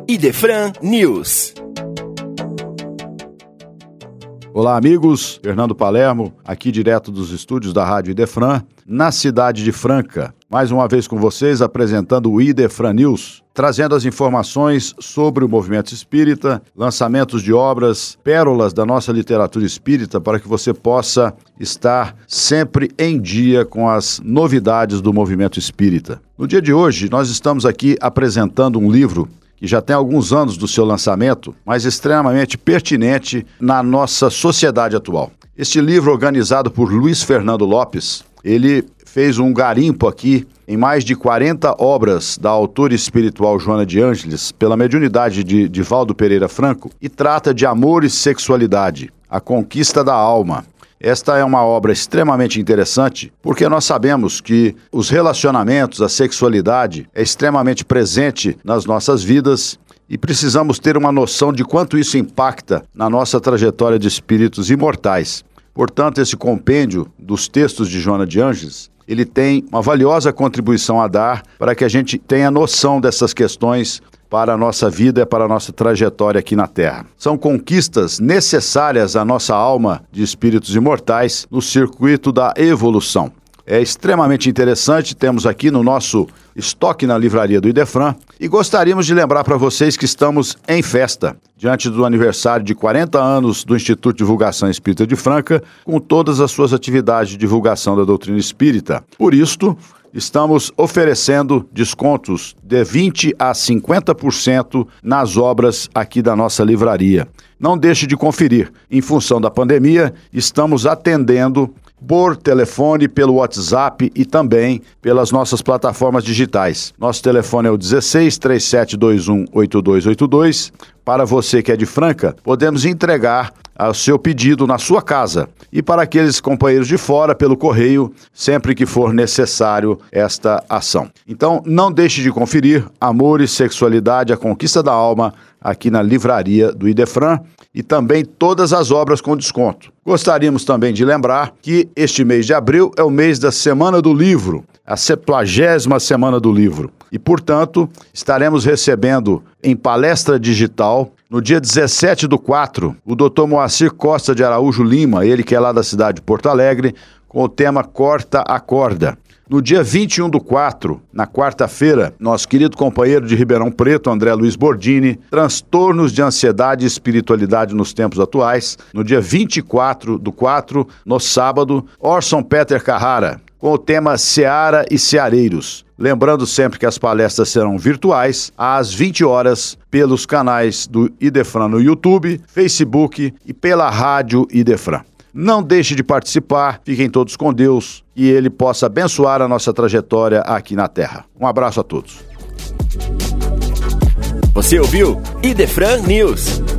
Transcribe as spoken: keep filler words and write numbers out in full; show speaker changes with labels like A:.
A: Idefran News.
B: Olá, amigos. Fernando Palermo, aqui direto dos estúdios da Rádio Idefran, na cidade de Franca. Mais uma vez com vocês, apresentando o Idefran News, trazendo as informações sobre o movimento espírita, lançamentos de obras, pérolas da nossa literatura espírita, para que você possa estar sempre em dia com as novidades do movimento espírita. No dia de hoje, nós estamos aqui apresentando um livro que já tem alguns anos do seu lançamento, mas extremamente pertinente na nossa sociedade atual. Este livro, organizado por Luiz Fernando Lopes, ele fez um garimpo aqui em mais de quarenta obras da autora espiritual Joana de Ângeles, pela mediunidade de Divaldo Pereira Franco, e trata de amor e sexualidade, a conquista da alma. Esta é uma obra extremamente interessante porque nós sabemos que os relacionamentos, a sexualidade é extremamente presente nas nossas vidas e precisamos ter uma noção de quanto isso impacta na nossa trajetória de espíritos imortais. Portanto, esse compêndio dos textos de Joana de Ângeles, ele tem uma valiosa contribuição a dar para que a gente tenha noção dessas questões para a nossa vida e para a nossa trajetória aqui na Terra. São conquistas necessárias à nossa alma de espíritos imortais no circuito da evolução. É extremamente interessante, temos aqui no nosso estoque na livraria do Idefran e gostaríamos de lembrar para vocês que estamos em festa, diante do aniversário de quarenta anos do Instituto de Divulgação Espírita de Franca, com todas as suas atividades de divulgação da doutrina espírita. Por isto, estamos oferecendo descontos de vinte a cinquenta por cento nas obras aqui da nossa livraria. Não deixe de conferir. Em função da pandemia, estamos atendendo por telefone, pelo WhatsApp e também pelas nossas plataformas digitais. Nosso telefone é o dezesseis, três sete dois um, oito dois oito dois. Para você que é de Franca, podemos entregar o seu pedido na sua casa. E para aqueles companheiros de fora, pelo correio, sempre que for necessário esta ação. Então, não deixe de conferir Amor e Sexualidade, a Conquista da Alma, aqui na livraria do Idefran, e também todas as obras com desconto. Gostaríamos também de lembrar que este mês de abril é o mês da Semana do Livro, a septuagésima Semana do Livro. E, portanto, estaremos recebendo em palestra digital, no dia dezessete do quatro, o doutor Moacir Costa de Araújo Lima, ele que é lá da cidade de Porto Alegre, com o tema Corta a Corda. No dia vinte e um do quatro, na quarta-feira, nosso querido companheiro de Ribeirão Preto, André Luiz Bordini, Transtornos de Ansiedade e Espiritualidade nos Tempos Atuais. No dia vinte e quatro do quatro, no sábado, Orson Peter Carrara, com o tema Seara e Ceareiros. Lembrando sempre que as palestras serão virtuais, às vinte horas, pelos canais do Idefran no YouTube, Facebook e pela Rádio Idefran. Não deixe de participar, fiquem todos com Deus e Ele possa abençoar a nossa trajetória aqui na Terra. Um abraço a todos.
A: Você ouviu Idefran News.